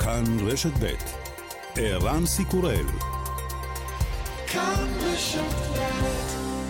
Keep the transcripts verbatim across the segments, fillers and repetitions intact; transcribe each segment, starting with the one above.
כאן רשת ב' ערן סיקורל. כאן רשת ב'.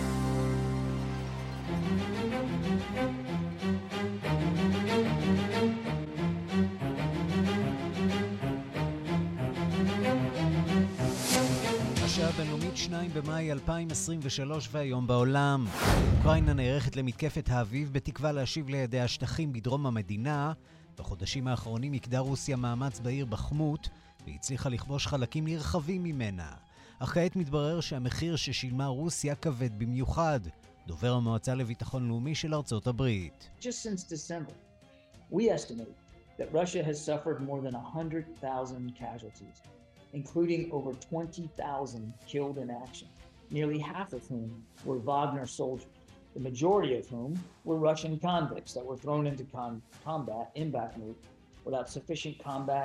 השעה בינלאומית שניים במאי אלפיים עשרים ושלוש והיום בעולם. אוקראינה נערכת למתקפת האביב בתקווה להשיב לידי השטחים בדרום המדינה. בחודשים האחרונים יקדה רוסיה מאמץ בעיר בחמות והצליחה לכבוש חלקים נרחבים ממנה. אך כעת מתברר שהמחיר ששילמה רוסיה כבד במיוחד. דובר המועצה לביטחון לאומי של ארצות הברית. Just since December, we estimate that Russia has suffered more than one hundred thousand casualties, including over twenty thousand killed in action, nearly half of whom were Wagner soldiers, the majority of whom were Russian convicts that were thrown into con- combat in Bakhmut without sufficient combat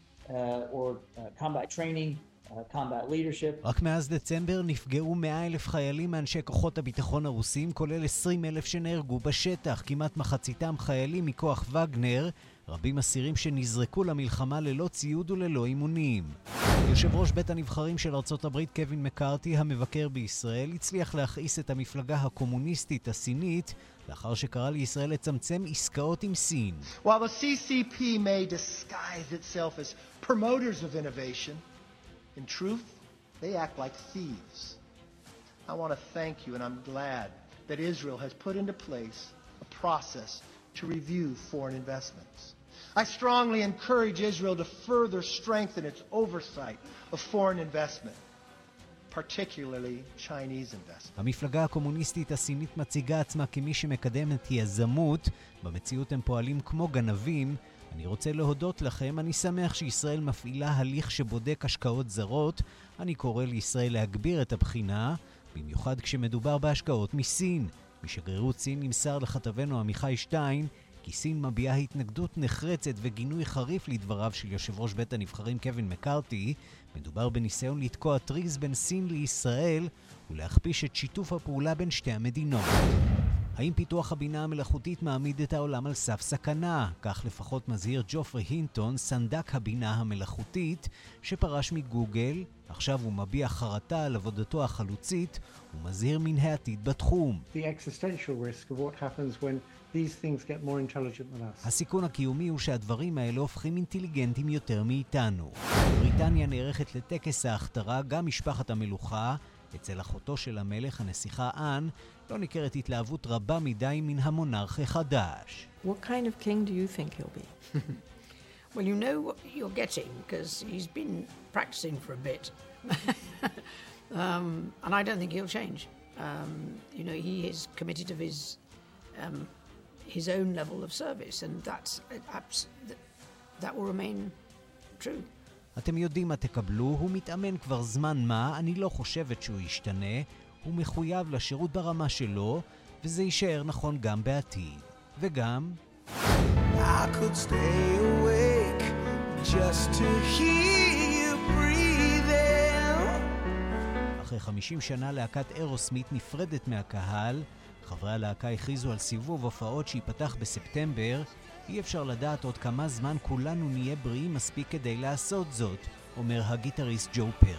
uh, or uh, combat training, uh, combat leadership. רק מאז דצמבר נפגעו מאה אלף חיילים מאנשי כוחות הביטחון הרוסים, כולל עשרים אלף שנהרגו בשטח, כמעט מחציתם חיילים מכוח וגנר, רבים אסירים שנזרקו למלחמה ללא ציוד וללא אימונים. יושב ראש בית הנבחרים של ארצות הברית קווין מקארתי, המבקר בישראל, הצליח להכעיס את המפלגה הקומוניסטית הסינית, לאחר שקרא לישראל לצמצם עסקאות עם סין. While the C C P may disguise itself as promoters of innovation, in truth, they act like thieves. I want to thank you, and I'm glad that Israel has put into place a process to review foreign investments. I strongly encourage Israel to further strengthen its oversight of foreign investment, particularly Chinese investment. המפלגה הקומוניסטית הסינית מציגה עצמה כמי שמקדמת יזמות, במציאות הם פועלים כמו גנבים. אני רוצה להודות לכם, אני שמח שישראל מפעילה הליך שבודק השקעות זרות. אני קורא לישראל להגביר את הבחינה, במיוחד כשמדובר בהשקעות מסין. משגרירות סין נמסר לכתבנו עמיחי שטיין כי סין מביעה התנגדות נחרצת וגינוי חריף לדבריו של יושב ראש בית הנבחרים קווין מקארתי. מדובר בניסיון לתקוע טריז בין סין לישראל ולהכפיש את שיתוף הפעולה בין שתי המדינות. האם פיתוח הבינה המלאכותית מעמיד את העולם על סף סכנה? כך לפחות מזהיר ג'ופרי הינטון, סנדק הבינה המלאכותית, שפרש מגוגל. עכשיו הוא מביע חרטה על עבודתו החלוצית ומזהיר מן העתיד בתחום. The existential risk of what happens when these things get more intelligent than us. הסיכון הקיומי הוא שהדברים האלה הופכים אינטליגנטים יותר מאיתנו. בריטניה נערכת לטקס ההכתרה, גם משפחת המלוכה. אצל אחותו של המלך, הנסיכה אן, לא ניכרת התלהבות רבה מדי מן המונרך החדש. What kind of king do you think he'll be? Well, you know what you're getting because he's been practicing for a bit. um, and I don't think he'll change. Um, you know, he is committed of his um, his own level of service, and that's that, that will remain true. אתם יודעים מה תקבלו, הוא מתאמן כבר זמן מה, אני לא חושבת שהוא ישתנה, הוא מחויב לשירות ברמה שלו, וזה יישאר נכון גם בעתיד. וגם I could stay awake just to hear you breathing. אחרי חמישים שנה להקת אירוסמית נפרדת מהקהל, חברי הלהקה הכריזו על סיבוב הופעות שיפתח בספטמבר. אי אפשר לדעת עוד כמה זמן כולנו נהיה בריאים מספיק כדי לעשות זאת, אומר הגיטריסט ג'ו פר.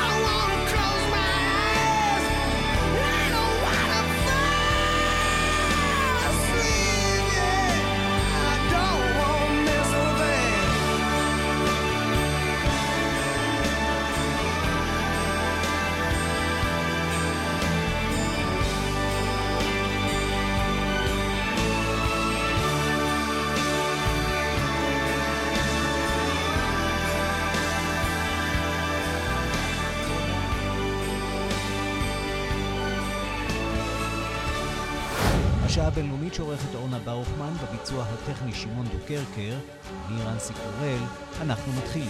השעה הבינלאומית שעורכת אורנה ברוכמן, בביצוע הטכני שמעון דוקרקר, אני ערן סיקורל, אנחנו מתחילים.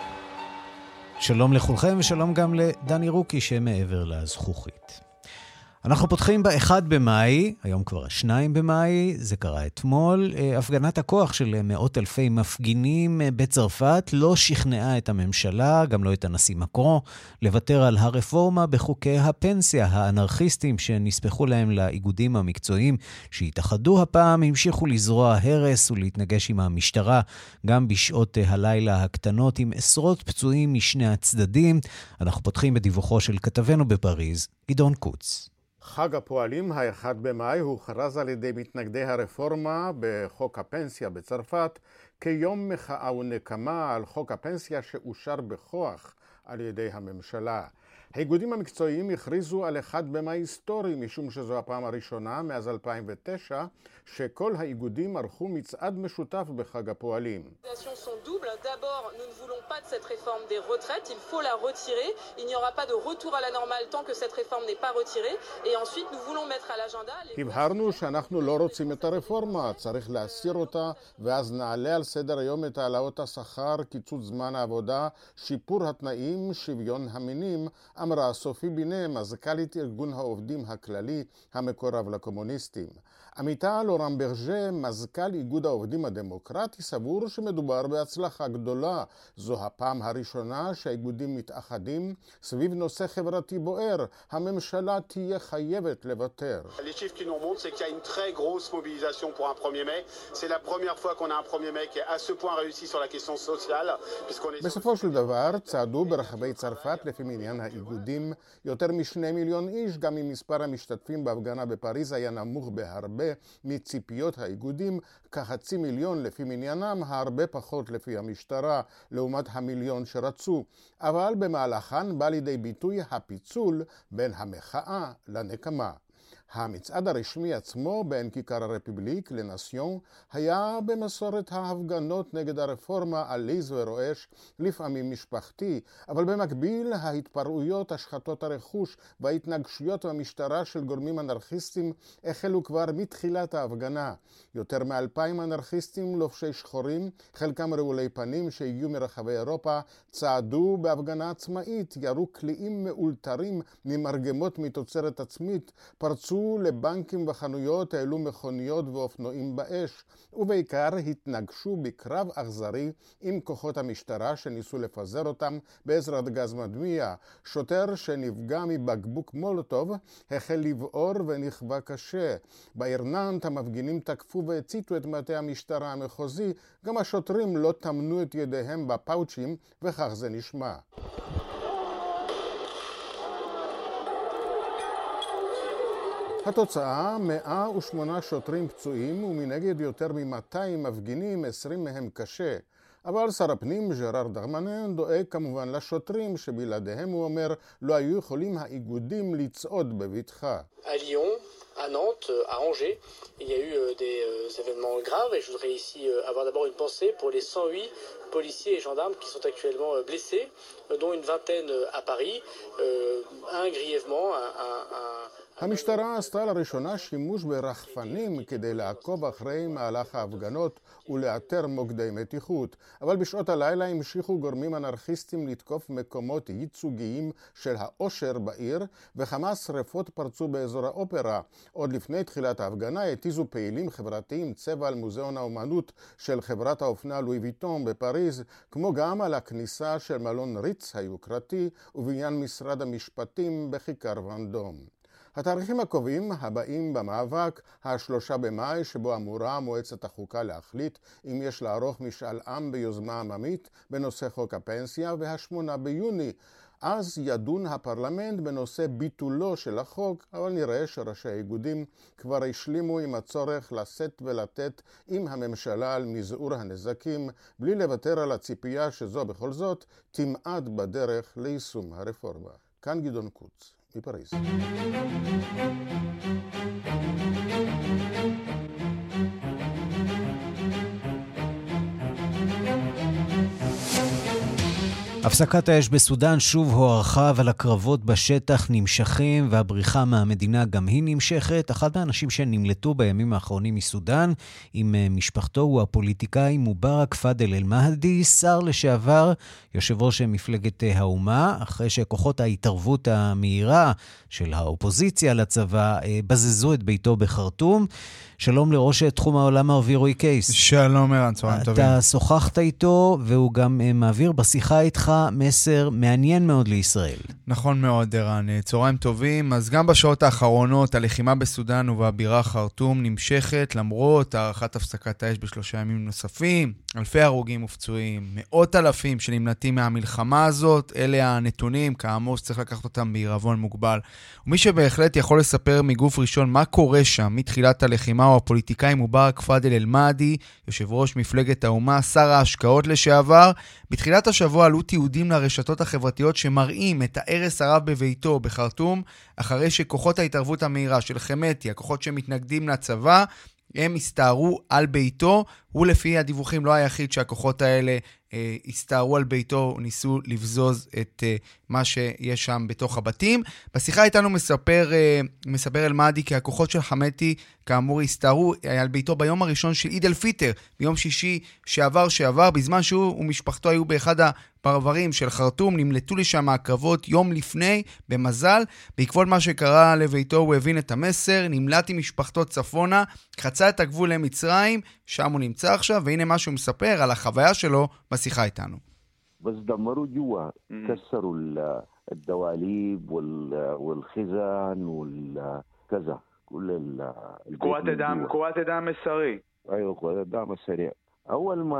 שלום לכולכם ושלום גם לדני רוקי שמעבר לזכוכית. אנחנו פותחים ב-אחד במאי, היום כבר השניים במאי, זה קרה אתמול. הפגנת הכוח של מאות אלפי מפגינים בצרפת לא שכנעה את הממשלה, גם לא את הנשיא מקרון, לוותר על הרפורמה בחוקי הפנסיה. האנרכיסטים שנספחו להם לאיגודים המקצועיים שהתאחדו הפעם, המשיכו לזרוע הרס ולהתנגש עם המשטרה, גם בשעות הלילה הקטנות, עם עשרות פצועים משני הצדדים. אנחנו פותחים בדיווחו של כתבנו בפריז, גדעון קוץ. חג הפועלים, ה-אחד במאי, הוכרז על ידי מתנגדי הרפורמה בחוק הפנסיה בצרפת כיום מחאה ונקמה על חוק הפנסיה שאושר בכוח על ידי הממשלה. האיגודים המקצועיים הכריזו על אחד במאי היסטורי, משום שזו הפעם הראשונה מאז אלפיים ותשע שכל האיגודים ערכו מצעד משותף בחג הפועלים. D'abord, nous ne voulons pas de cette réforme des retraites, il faut la retirer. Il n'y aura pas de retour à la normale tant que cette réforme n'est pas retirée. Et ensuite, nous voulons mettre à l'agenda... הבהרנו שאנחנו לא רוצים את הרפורמה, צריך להסיר אותה, ואז נעלה על סדר היום את העלאות השכר, קיצוץ זמן העבודה, שיפור התנאים, שוויון המינים, אמרה סופי בינה, מזכ"לית ארגון העובדים הכללי המקורב לקומוניסטים. עמיתה לורן ברג'ה, מזכ"ל איגוד העובדים הדמוקרטי, סבור שמדובר בהצלחה גדולה. זו הפעם הראשונה שהאיגודים מתאחדים סביב נושא חברתי בוער. הממשלה תהיה חייבת לוותר. Les chiffres qui nous remontent, c'est qu'il y a une très grosse mobilisation pour un premier mai. C'est la première fois qu'on a un premier mai qui est à ce point réussi sur la question sociale, puisqu'on est... בסופו של דבר צעדו ברחבי צרפת לפי מניין האיגודים יותר משני מיליון איש, גם אם מספר המשתתפים בהפגנה בפריז היה נמוך בהרבה מציפיות האיגודים, כחצי מיליון לפי מניינם, הרבה פחות לפי המשטרה, לעומת המיליון שרצו. אבל במהלכן בא לידי ביטוי הפיצול בין המחאה לנקמה. המצעד הרשמי עצמו בין כיכר הרפובליק לנסיון היה במסורת ההפגנות נגד הרפורמה עליז ורועש, לפעמים משפחתי, אבל במקביל ההתפרעויות, השחתות הרכוש וההתנגשויות במשטרה של גורמים אנרכיסטים החלו כבר מתחילת ההפגנה. יותר מאלפיים אנרכיסטים לובשי שחורים, חלקם רעולי פנים שהגיעו מרחבי אירופה, צעדו בהפגנה עצמאית, ירו קליעים מאולתרים ממרגמות מתוצרת עצמית, פרצו לבנקים וחנויות, העלו מכוניות ואופנועים באש, ובעיקר התנגשו בקרב אכזרי עם כוחות המשטרה שניסו לפזר אותם בעזרת גז מדמיע. שוטר שנפגע מבקבוק מולוטוב החל לבעור ונכווה קשה. בעיר נאנט המפגינים תקפו והציתו את מטה המשטרה המחוזי, גם השוטרים לא טמנו את ידיהם בפאוצ'ים, וכך זה נשמע. התוצאה, מאה ושמונה שוטרים פצועים ומנגד יותר מ-מאתיים מפגינים, עשרים מהם קשה. אבל שר הפנים ז'ראר דרמנן דואג כמובן לשוטרים שבלעדיהם, הוא אומר, לא היו יכולים האיגודים לצעוד בבטחה. À Lyon, à Nantes, à Angers, il y a eu des événements graves et je voudrais ici avoir d'abord une pensée pour les cent huit policiers et gendarmes qui sont actuellement blessés, dont une vingtaine à Paris, un grièvement, un... un, un המשטרה עשתה לראשונה שימוש ברחפנים כדי לעקוב אחרי מהלך ההפגנות ולאתר מוקדי מתיחות, אבל בשעות הלילה המשיכו גורמים אנרכיסטים לתקוף מקומות ייצוגיים של העושר בעיר, וכמה שרפות פרצו באזור האופרה. עוד לפני תחילת ההפגנה התיזו פעילים חברתיים צבע על מוזיאון האומנות של חברת האופנה לואי ויטון בפריז, כמו גם על הכניסה של מלון ריץ היוקרתי ובעניין משרד המשפטים בכיכר ונדום. התאריכים הקובעים הבאים במאבק, השלושה במאי שבו אמורה מועצת החוקה להחליט אם יש לערוך משאל עם ביוזמה עממית בנושא חוק הפנסיה, והשמונה ביוני. אז ידון הפרלמנט בנושא ביטולו של החוק, אבל נראה שראשי האיגודים כבר השלימו עם הצורך לשאת ולתת עם הממשלה על מזעור הנזקים, בלי לוותר על הציפייה שזו בכל זאת תמעד בדרך ליישום הרפורמה. כאן גדעון קוץ, מפריז. הפסקת האש בסודן שוב הוארכה, אבל הקרבות בשטח נמשכים והבריחה מהמדינה גם היא נמשכת. אחד מהאנשים שנמלטו בימים האחרונים מסודן עם משפחתו הוא הפוליטיקאי מובארק פאדל אל-מהדי, שר לשעבר, יושב ראש מפלגת האומה, אחרי שכוחות ההתערבות המהירה של האופוזיציה לצבא בזזו את ביתו בחרטום. שלום לראש תחום העולם הערבי רועי קייס. שלום ערן, צהריים טובים. אתה שוחחת איתו והוא גם מעביר בשיחה איתך מסר מעניין מאוד לישראל. נכון מאוד ערן, צהריים טובים. אז גם בשעות האחרונות הלחימה בסודן ובבירה חרטום נמשכת למרות הארכת הפסקת האש בשלושה ימים נוספים. אלפי הרוגים ופצועים, מאות אלפים שנמלטים מהמלחמה הזאת. אלה הנתונים, כאמור שצריך לקחת אותם בעירבון מוגבל. ומי שבהחלט יכול לספר מגוף ראשון מה קורה שם מתחילת הלחימה הוא הפוליטיקאי מובארק פאדל אל-מהדי, יושב ראש מפלגת האומה, שר ההשקעות לשעבר. בתחילת השבוע עלו תיעודים לרשתות החברתיות שמראים את ההרס הרב בביתו בחרטום, אחרי שכוחות ההתערבות המהירה של חמתי, הכוחות שמתנגדים לצבא, הם הסתערו על ביתו. הוא לפי הדיווחים לא היחיד שהכוחות האלה אה, הסתערו על ביתו, ניסו לבזוז את אה, מה שיש שם בתוך הבתים. בשיחה איתנו מספר, אה, מספר אל-מהדי כי הכוחות של חמתי כאמור הסתערו על ביתו ביום הראשון של עיד אל-פיטר, ביום שישי שעבר שעבר, בזמן שהוא ומשפחתו היו באחד הפרברים של חרטום, נמלטו לשם הקרבות יום לפני, במזל. בעקבות מה שקרה לביתו הוא הבין את המסר, נמלט עם משפחתו צפונה, חצה את הגבול למצרים, שם הוא נמצא עכשיו, והנה מה שהוא מספר על החוויה שלו בשיחה איתנו. بس دمروا جوا كسروا الدواليب والخزان والكذا كل قوات الدعم قوات الدعم السريع. ايوه قوات الدعم السريع. اول ما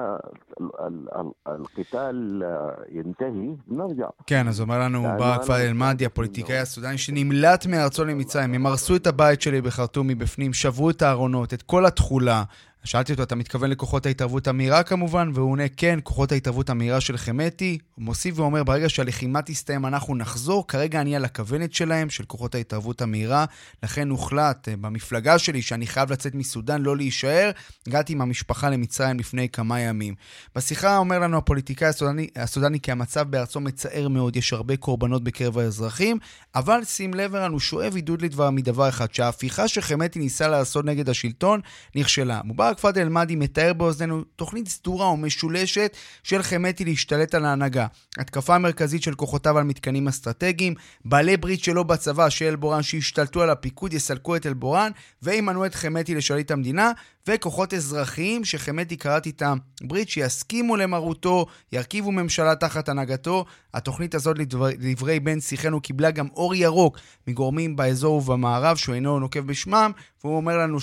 القتال ينتهي نرجع. כן, אז אומר לנו מובארק פאדל אל-מהדי, הפוליטיקאי הסודני שנמלט מארצו למצרים. הם הרסו את הבית שלי בחרטום מבפנים, שברו את הארונות, את כל התחולה. שאלתי אותו, אתה מתכוון לכוחות ההתערבות המהירה כמובן? והוא עונה, כן, כוחות ההתערבות המהירה של חמתי. הוא מוסיף ואומר, ברגע שהלחימה תסתיים אנחנו נחזור, כרגע אני על הכוונת שלהם, של כוחות ההתערבות המהירה, לכן הוחלט במפלגה שלי שאני חייב לצאת מסודן, לא להישאר. הגעתי עם המשפחה למצרים לפני כמה ימים. בשיחה אומר לנו הפוליטיקאי הסודני, הסודני כי המצב בארצו מצער מאוד, יש הרבה קורבנות בקרב האזרחים, אבל שים לב לנו, שואב עידוד לדבר מדבר אחד, שההפיכה שחמתי ניסה לעשות נגד השלטון נכשלה. מובארק פאדל אל-מהדי מתאר באוזנינו תוכנית סדורה ומשולשת של חמתי להשתלט על ההנהגה. התקפה המרכזית של כוחותיו על מתקנים אסטרטגיים, בעלי ברית שלו בצבא של אל-בורן שהשתלטו על הפיקוד יסלקו את אל-בורן וימנו את חמתי לשליט המדינה, וכוחות אזרחיים שחמתי קראת איתם ברית שיסכימו למרותו, ירכיבו ממשלה תחת הנהגתו. התוכנית הזאת לדברי בן שיחנו קיבלה גם אור ירוק מגורמים באזור ובמערב שהוא אינו נוקב בשמם, והוא אומר לנו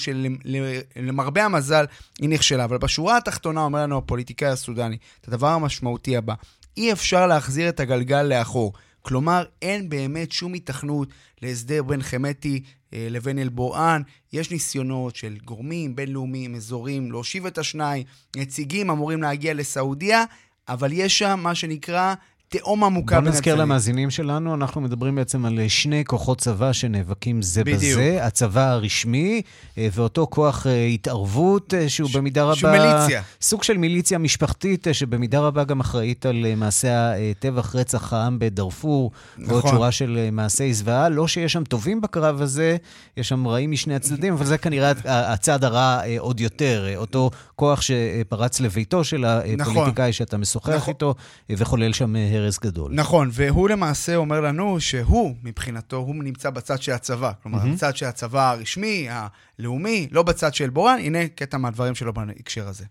שלמרבה המזל היא נכשלה. אבל בשורה התחתונה אומר לנו הפוליטיקאי הסודני את הדבר המשמעותי הבא: אי אפשר להחזיר את הגלגל לאחור. כלומר, אין באמת שום התכנות להסדר בין חמתי לבין אל-בורן. יש ניסיונות של גורמים בינלאומיים, אזורים, להושיב את השניים, נציגים אמורים להגיע לסעודיה, אבל יש שם מה שנקרא תאום עמוקה. בוא נזכיר למאזינים שלנו, אנחנו מדברים בעצם על שני כוחות צבא שנאבקים זה בדיוק. בזה, הצבא הרשמי, ואותו כוח התערבות, שהוא ש... במידה רבה... שהוא מיליציה. סוג של מיליציה משפחתית, שבמידה רבה גם אחראית על מעשה הטבח רצח העם בדרפור, נכון. ועוד שורה של מעשי זוועה. לא שיש שם טובים בקרב הזה, יש שם רעים משני הצדדים, אבל זה כנראה הצד הרע עוד יותר, אותו כוח שפרץ לביתו של הפוליטיקאי נכון. שאתה משוחח נכון. איתו, וחולל שם הרס גדול. נכון, והוא למעשה אומר לנו שהוא, מבחינתו, הוא נמצא בצד של הצבא. כלומר, mm-hmm. בצד של הצבא הרשמי, הלאומי, לא בצד של אל-בורן. הנה קטע מהדברים שלו בהקשר הזה.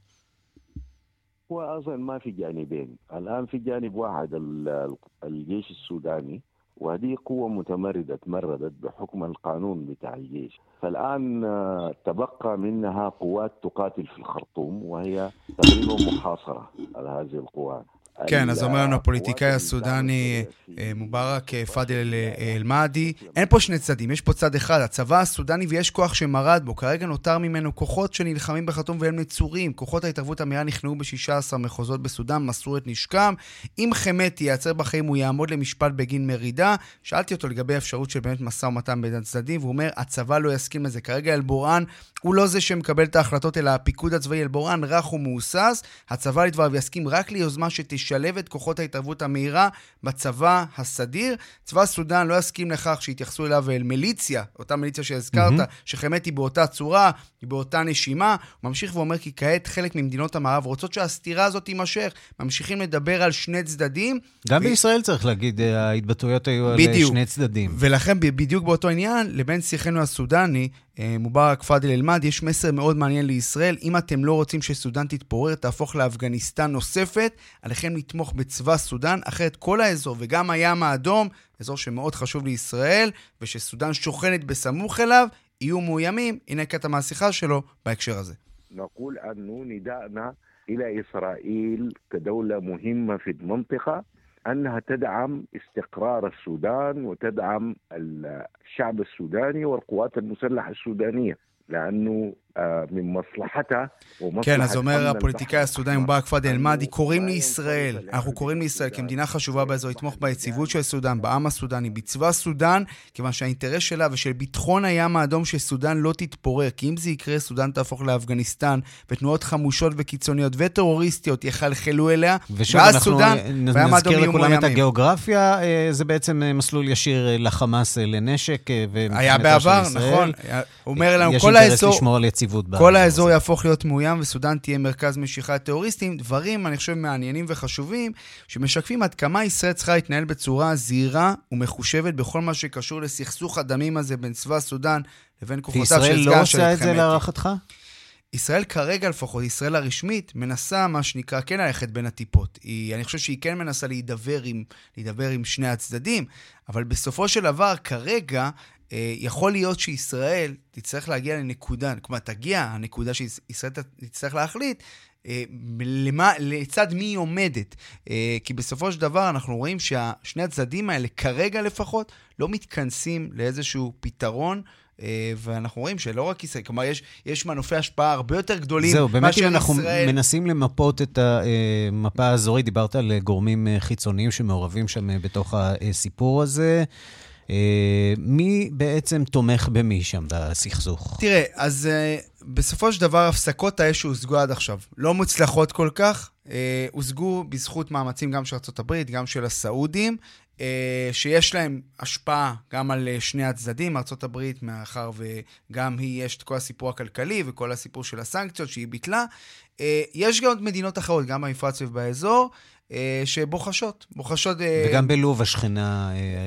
هو أصلا ما في جانبين. الآن في جانب واحد الجيش السوداني وهذه قوة متمردة تمردت بحكم القانون بتاع الجيش. فالآن تبقى منها قوات تقاتل في الخرطوم وهي تقريبا محاصرة على هذه القوات. כן, אז אומר לנו הפוליטיקאי הסודני מובארק פאדל אל-מהדי, אין פה שני צדדים, יש פה צד אחד, הצבא הסודני, ויש כוח שמרד בו. כרגע נותר ממנו כוחות שנלחמים בחרטום והם נצורים. כוחות ההתערבות המהירה נכנעו ב-שישה עשר מחוזות בסודן, מסרו את נשקם. אם חמתי יעצר בחיים הוא יעמוד למשפט בגין מרידה. שאלתי אותו לגבי האפשרות של באמת משא ומתן בין הצדדים, והוא אומר, הצבא לא יסכים לזה. כרגע אל-בורן הוא לא זה שמקבל את ההחלטות, אלא הפיקוד הצבאי אל-בורען רך ומאוסס. הצבא לדבריו יסכים רק ליוזמה שתשלב את כוחות ההתערבות המהירה בצבא הסדיר. צבא סודן לא יסכים לכך שיתייחסו אליו אל מיליציה, אותה מיליציה שהזכרת, mm-hmm. שחמת היא באותה צורה, היא באותה נשימה. הוא ממשיך ואומר כי כעת חלק ממדינות המערב רוצות שהסתירה הזאת תימשך. ממשיכים לדבר על שני צדדים. גם ו... בישראל צריך להגיד, ההתבטאויות היו בדיוק. על שני צדדים. ולכן בדיוק באותו עניין, לבין שיחנו הסודני, מובארק פאדל אל-מאד, יש מסר מאוד מעניין לישראל. אם אתם לא רוצים שסודן תתפורר, תהפוך לאפגניסטן נוספת, עליכם לתמוך בצבא סודן, אחרת כל האזור וגם הים האדום, אזור שמאוד חשוב לישראל, ושסודן שוכנת בסמוך אליו, יהיו מאוימים. הנה קטע מהשיחה שלו בהקשר הזה. נقول أنه نداءنا إلى إسرائيل كدولة مهمة في المنطقة أنها تدعم استقرار السودان وتدعم الشعب السوداني والقوات المسلحة السودانية لأنه من مصلحتها ومصلحة... כן, אז אומר הפוליטיקאי הסודני מובארק פאדל אל-מאדי, קוראים לישראל, אנחנו קוראים לישראל כמדינה חשובה באזור, לתמוך ביציבות של סודן, בעם הסודני, בצבא סודן, כיוון שהאינטרס שלה ושל ביטחון הים האדום של סודן לא תתפורר, כי אם זה יקרה, סודן תהפוך לאפגניסטן, ותנועות חמושות וקיצוניות וטרוריסטיות יחלחלו אליה, ואז סודן והים האדום יהיו מאוימים. את הגיאוגרפיה, זה בעצם מסלול ישיר לחמאס לנשק, היה בעבר, נכון. הוא אומר לנו, כל האזור כל האזור יהפוך להיות מאוים, וסודן תהיה מרכז משיכת טרוריסטים. דברים, אני חושב, מעניינים וחשובים, שמשקפים עד כמה ישראל צריכה להתנהל בצורה זהירה ומחושבת בכל מה שקשור לסכסוך הדמים הזה בין צבא סודן לבין כוחותיו של סגן של ישראל לא עושה את זה להערכתך? ישראל כרגע לפחות, ישראל הרשמית, מנסה מה שנקרא כן ללכת בין הטיפות. היא, אני חושב שהיא כן מנסה להידבר עם, להידבר עם שני הצדדים, אבל בסופו של דבר, כרגע, יכול להיות שישראל תצטרך להגיע לנקודה, כלומר תגיע הנקודה שישראל תצטרך להחליט למה, לצד מי היא עומדת. כי בסופו של דבר אנחנו רואים שהשני הצדדים האלה כרגע לפחות לא מתכנסים לאיזשהו פתרון, ואנחנו רואים שלא רק ישראל, כלומר יש, יש מנופי השפעה הרבה יותר גדולים. זהו, באמת אם אנחנו ישראל... מנסים למפות את המפה האזורית, דיברת על גורמים חיצוניים שמעורבים שם בתוך הסיפור הזה, מי בעצם תומך במי שם בסכסוך? תראה, אז uh, בסופו של דבר הפסקות האש שהושגו עד עכשיו לא מוצלחות כל כך, uh, הושגו בזכות מאמצים גם של ארצות הברית, גם של הסעודים, uh, שיש להם השפעה גם על uh, שני הצדדים. ארצות הברית, מאחר וגם היא יש את כל הסיפור הכלכלי וכל הסיפור של הסנקציות שהיא ביטלה, uh, יש גם מדינות אחרות, גם במפרץ ובאזור, שבוחשות, בוחשות... וגם בלוב השכנה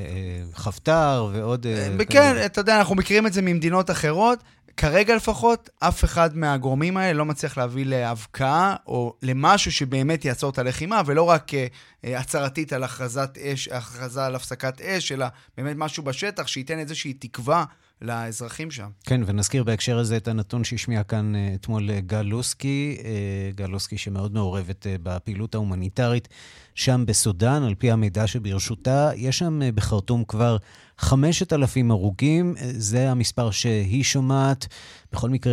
חפטר ועוד... כן, אתה יודע, אנחנו מכירים את זה ממדינות אחרות. כרגע לפחות, אף אחד מהגורמים האלה לא מצליח להביא להבקעה, או למשהו שבאמת יעצור את הלחימה, ולא רק הצהרתית על הכרזת אש, הכרזה על הפסקת אש, אלא באמת משהו בשטח שייתן איזושהי תקווה לאזרחים שם. כן, ונזכיר בהקשר הזה את הנתון שהשמיע כאן אתמול גל לוסקי, גל לוסקי שמאוד מעורבת בפעילות ההומניטרית שם בסודן, על פי המידע שברשותה. יש שם בחרטום כבר חמשת אלפים הרוגים, זה המספר שהיא שומעת. בכל מקרה,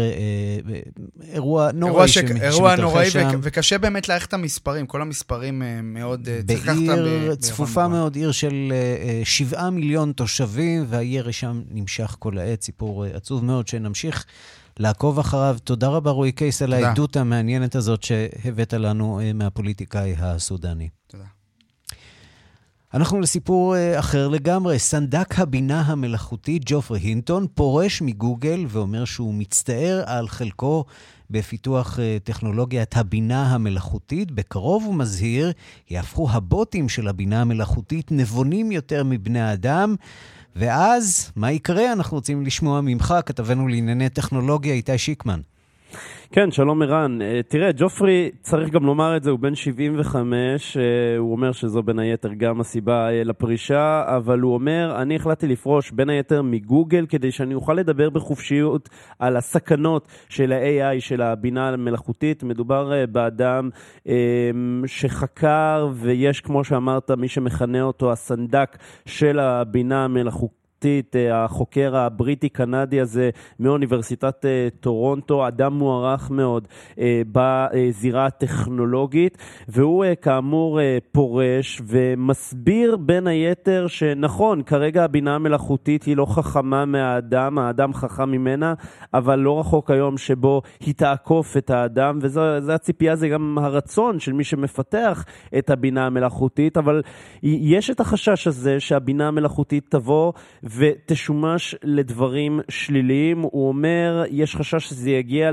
אירוע נוראי שמתרחש שם. וקשה באמת להעריך את המספרים, כל המספרים מאוד... בעיר צפופה מאוד, עיר של שבעה מיליון תושבים, והירי שם נמשך כל העת, סיפור עצוב מאוד שנמשיך לעקוב אחריו. תודה רבה רועי קייס על העדות המעניינת הזאת שהבאת לנו מהפוליטיקאי הסודני. תודה. אנחנו לסיפור אחר לגמרי. סנדק הבינה המלאכותית ג'ופרי הינטון פורש מגוגל ואומר שהוא מצטער על חלקו בפיתוח טכנולוגיית הבינה המלאכותית. בקרוב הוא מזהיר, יהפכו הבוטים של הבינה המלאכותית נבונים יותר מבני האדם, ואז מה יקרה? אנחנו רוצים לשמוע ממך, כתבנו לענייני טכנולוגיה, איתי שיקמן. כן, שלום ערן. תראה, ג'ופרי, צריך גם לומר את זה, הוא בן שבעים וחמש, הוא אומר שזו בין היתר גם הסיבה לפרישה, אבל הוא אומר, אני החלטתי לפרוש בין היתר מגוגל, כדי שאני אוכל לדבר בחופשיות על הסכנות של ה-איי איי, של הבינה המלאכותית. מדובר באדם שחקר, ויש, כמו שאמרת, מי שמכנה אותו הסנדק של הבינה המלאכותית, מלאכותית, החוקר הבריטי-קנדי הזה מאוניברסיטת טורונטו, אדם מוערך מאוד בזירה הטכנולוגית, והוא כאמור פורש ומסביר בין היתר שנכון, כרגע הבינה המלאכותית היא לא חכמה מהאדם, האדם חכם ממנה, אבל לא רחוק היום שבו היא תעקוף את האדם, וזו הציפייה, זה גם הרצון של מי שמפתח את הבינה המלאכותית, אבל יש את החשש הזה שהבינה המלאכותית תבוא ותשומש לדברים שליליים. הוא אומר, יש חשש שזה יגיע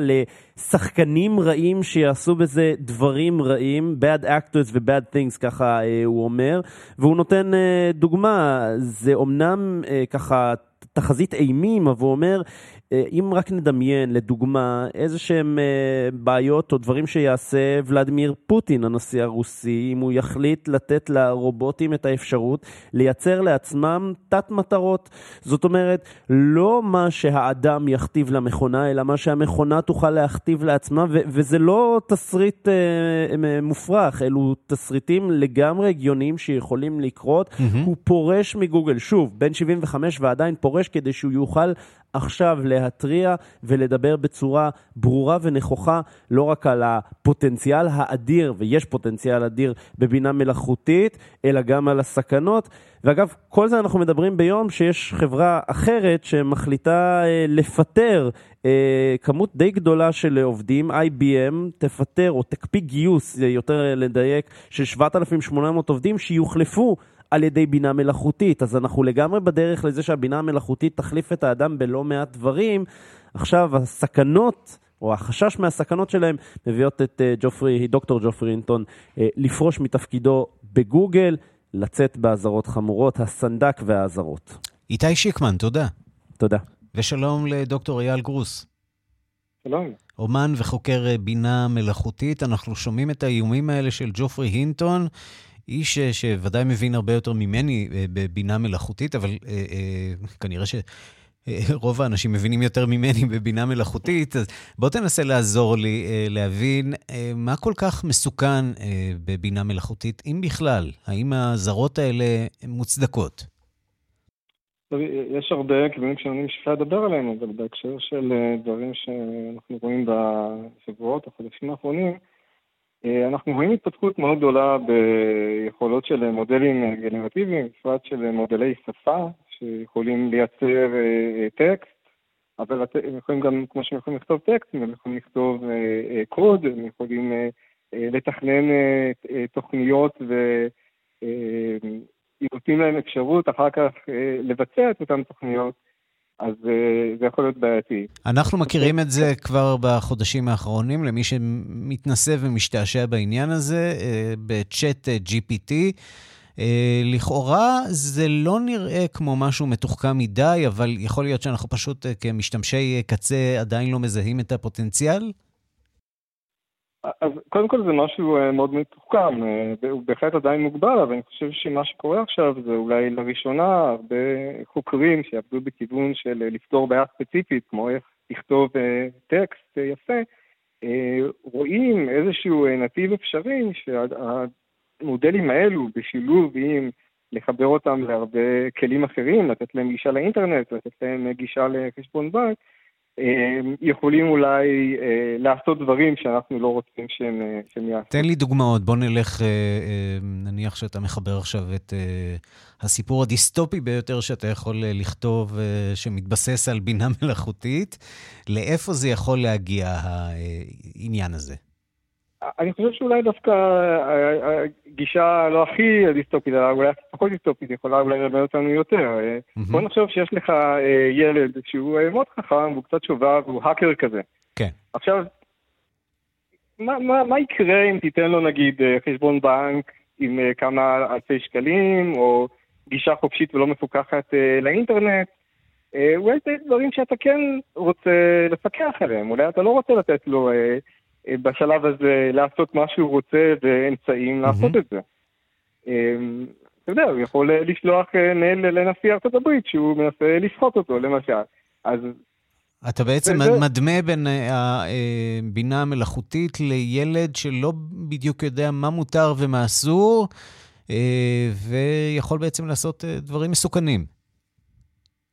לשחקנים רעים שיעשו בזה דברים רעים, bad actors ו-bad things, ככה הוא אומר, והוא נותן דוגמה, זה אומנם ככה תחזית אימים, אבל הוא אומר, אם רק נדמיין לדוגמה איזה שהם בעיות או דברים שיעשה ולדימיר פוטין, הנשיא הרוסי, אם הוא יחליט לתת לרובוטים את האפשרות לייצר לעצמם תת מטרות. זאת אומרת, לא מה שהאדם יכתיב למכונה, אלא מה שהמכונה תוכל להכתיב לעצמה, ו- וזה לא תסריט אה, מופרך, אלו תסריטים לגמרי הגיוניים שיכולים לקרות. Mm-hmm. הוא פורש מגוגל, שוב, בן שבעים וחמש ועדיין פורש כדי שהוא יוכל עכשיו להטריע ולדבר בצורה ברורה ונכוחה, לא רק על הפוטנציאל האדיר, ויש פוטנציאל אדיר בבינה מלאכותית, אלא גם על הסכנות. ואגב, כל זה אנחנו מדברים ביום שיש חברה אחרת שמחליטה אה, לפטר אה, כמות די גדולה של עובדים, איי בי אם תפטר או תקפיא גיוס, יותר לדייק, של שבעת אלפים ושמונה מאות עובדים שיוחלפו על ידי בינה מלאכותית. אז אנחנו לגמרי בדרך לזה שהבינה המלאכותית תחליף את האדם בלא מעט דברים. עכשיו הסכנות או החשש מהסכנות שלהם מביאות את ג'ופרי, דוקטור ג'ופרי הינטון לפרוש מתפקידו בגוגל, לצאת באזהרות חמורות, הסנדק והאזהרות. איתי שיקמן, תודה. תודה. ושלום לדוקטור אייל גרוס. שלום. אומן וחוקר בינה מלאכותית. אנחנו שומעים את האיומים האלה של ג'ופרי הינטון, איש שוודאי מבין הרבה יותר ממני בבינה מלאכותית, אבל אה, אה, כנראה שרוב האנשים מבינים יותר ממני בבינה מלאכותית. אז בוא תנסה לעזור לי אה, להבין אה, מה כל כך מסוכן אה, בבינה מלאכותית, אם בכלל, האם הזרות האלה מוצדקות? יש הרבה כיוונים שאני משפט לדבר עליהם, אבל בהקשר של דברים שאנחנו רואים בשבועות או חודשים האחרונים, אנחנו רואים התפתחות מאוד גדולה ביכולות של מודלים גנרטיביים, בפרט של מודלי שפה שיכולים לייצר טקסט, אבל הם יכולים גם, כמו שהם יכולים לכתוב טקסט, הם יכולים לכתוב קוד, הם יכולים לתכנן תוכניות ונותנים להם אפשרות אחר כך לבצע את אותן תוכניות. אז זה יכול להיות בעייתי. אנחנו מכירים את זה כבר בחודשים האחרונים, למי שמתנסה ומשתעשע בעניין הזה, בצ'אט ג'י פי טי. לכאורה זה לא נראה כמו משהו מתוחכם מדי, אבל יכול להיות שאנחנו פשוט כמשתמשי קצה עדיין לא מזהים את הפוטנציאל? אז קודם כל זה משהו מאוד מתוחכם, הוא בהחלט עדיין מוגבל, אבל אני חושב שמה שקורה עכשיו זה אולי לראשונה הרבה חוקרים שיעבדו בכיוון של לפתור בעיה ספציפית, כמו איך לכתוב טקסט יפה, רואים איזשהו נתיב אפשרי שהמודלים האלו בשילוב עם לחבר אותם להרבה כלים אחרים, לתת להם גישה לאינטרנט, לתת להם גישה לחשבון בנק, יכולים אולי לעשות דברים שאנחנו לא רוצים שהם יעשו. תן לי דוגמאות, בוא נלך, נניח שאתה מחבר עכשיו את הסיפור הדיסטופי ביותר שאתה יכול לכתוב, שמתבסס על בינה מלאכותית, לאיפה זה יכול להגיע העניין הזה? אני חושב שאולי דווקא הגישה לא הכי דיסטופית, אלא אולי פחות דיסטופית, יכולה אולי ללמד אותנו יותר. בוא נחשוב שיש לך ילד שהוא מאוד חכם, והוא קצת שובב, והוא האקר כזה. כן. עכשיו, מה יקרה אם תיתן לו נגיד חשבון בנק עם כמה אלפי שקלים, או גישה חופשית ולא מפוקחת לאינטרנט? אולי זה דברים שאתה כן רוצה לפקח עליהם, אולי אתה לא רוצה לתת לו בשלב הזה לעשות מה שהוא רוצה ואמצעים לעשות את זה. אתה יודע, הוא יכול לשלוח מייל לנשיא ארצות הברית שהוא מנסה לשחוט אותו, למשל. אז אתה בעצם מדמה בין הבינה המלאכותית לילד שלא בדיוק יודע מה מותר ומה אסור, ויכול בעצם לעשות דברים מסוכנים.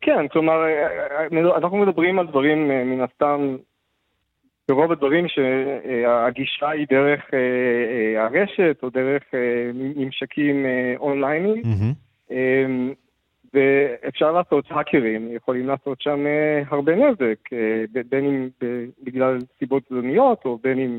כן, כלומר, אנחנו מדברים על דברים מן הסתם, ברוב הדברים שהגישה היא דרך הרשת או דרך ממשקים אונליינים, ואפשר לעשות האקרים, יכולים לעשות שם הרבה נזק, בין אם בגלל סיבות זדוניות או בין אם,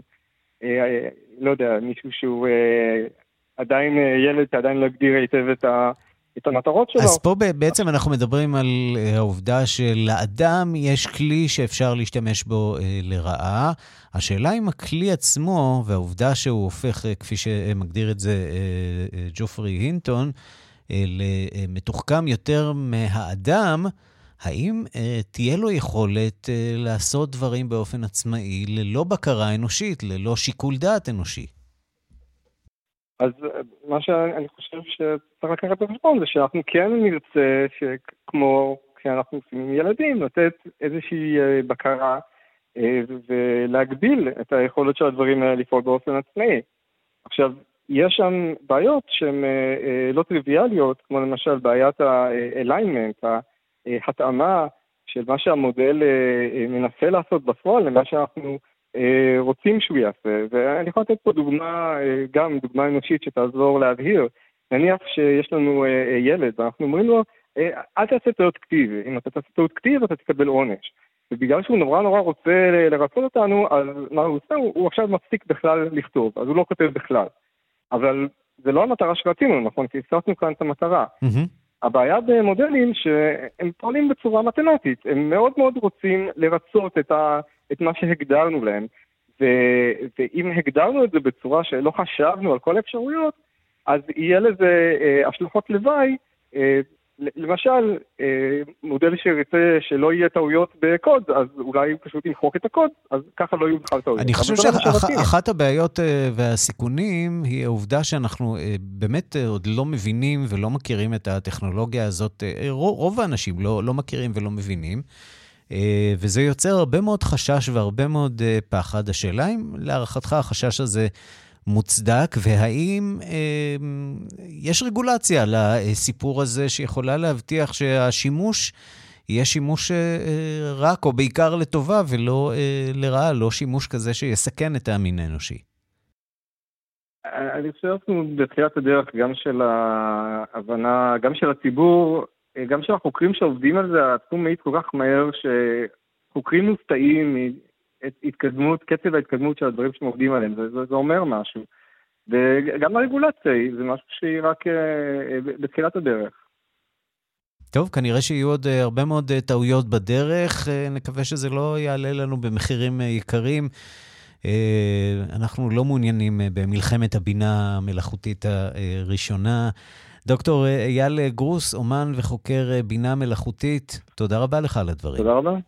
לא יודע, מישהו שהוא עדיין ילד, עדיין לא הגדיר היטב את ה... את המטרות שלו. אז פה בעצם אנחנו מדברים על העובדה שלאדם יש כלי שאפשר להשתמש בו לרעה. השאלה אם הכלי עצמו, והעובדה שהוא הופך, כפי שמגדיר את זה ג'ופרי הינטון, למתוחכם יותר מהאדם, האם תהיה לו יכולת לעשות דברים באופן עצמאי, ללא בקרה אנושית, ללא שיקול דעת אנושי? אז מה שאני חושב שצריך לקחת בחשבון זה שאנחנו כן נרצה שכמו כשאנחנו עושים עם ילדים, לתת איזושהי בקרה ולהגביל את היכולת של הדברים האלה לפעול באופן עצמאי. עכשיו, יש שם בעיות שהן לא טריוויאליות, כמו למשל בעיית האליינמנט, ההתאמה של מה שהמודל מנסה לעשות בפועל למה שאנחנו רוצים שהוא יעשה, ואני יכול לתת פה דוגמה, גם דוגמה אנושית שתעזור להבהיר. נניח שיש לנו ילד, ואנחנו אומרים לו, אל תעשה טעות כתיב, אם אתה תעשה טעות כתיב אתה תקבל עונש. ובגלל שהוא נורא נורא רוצה לרצות אותנו, אז מה הוא עושה? הוא עכשיו מפסיק בכלל לכתוב, אז הוא לא כותב בכלל. אבל זה לא המטרה שרצינו, נכון? כי הסרטנו כאן את המטרה. הבעיה במודלים שהם פועלים בצורה מתמטית, הם מאוד מאוד רוצים לרצות את ה... את מה שהגדרנו להם, ו... ואם הגדרנו את זה בצורה שלא חשבנו על כל האפשרויות, אז יהיה לזה אה, השלכות לוואי, אה, למשל, אה, מודל שירצה שלא יהיה טעויות בקוד, אז אולי הוא פשוט ימחוק את הקוד, אז ככה לא יהיו בכלל טעויות. אני חושב שאחת הבעיות אה, והסיכונים היא העובדה שאנחנו אה, באמת אה, עוד לא מבינים ולא מכירים את הטכנולוגיה הזאת, אה, רוב האנשים לא, לא מכירים ולא מבינים, וזה יוצר הרבה מאוד חשש והרבה מאוד פחד. השאלה אם להערכתך החשש הזה מוצדק, והאם אה, יש רגולציה לסיפור הזה שיכולה להבטיח שהשימוש יהיה שימוש אה, רק או בעיקר לטובה ולא אה, לרעה, לא שימוש כזה שיסכן את המין האנושי. אני חושב בתחילת הדרך גם של ההבנה, גם של הציבור, גם של החוקרים שעובדים על זה, התחום מעיד כל כך מהר שחוקרים מופתעים מהתקדמות, קצב ההתקדמות של הדברים שהם עובדים עליהם, זה, זה, זה אומר משהו. וגם הרגולציה זה משהו שהיא רק בתחילת הדרך. טוב, כנראה שיהיו עוד הרבה מאוד טעויות בדרך, נקווה שזה לא יעלה לנו במחירים יקרים. אנחנו לא מעוניינים במלחמת הבינה המלאכותית הראשונה. דוקטור אייל גרוס, אומן וחוקר בינה מלאכותית, תודה רבה לך על הדברים. תודה רבה.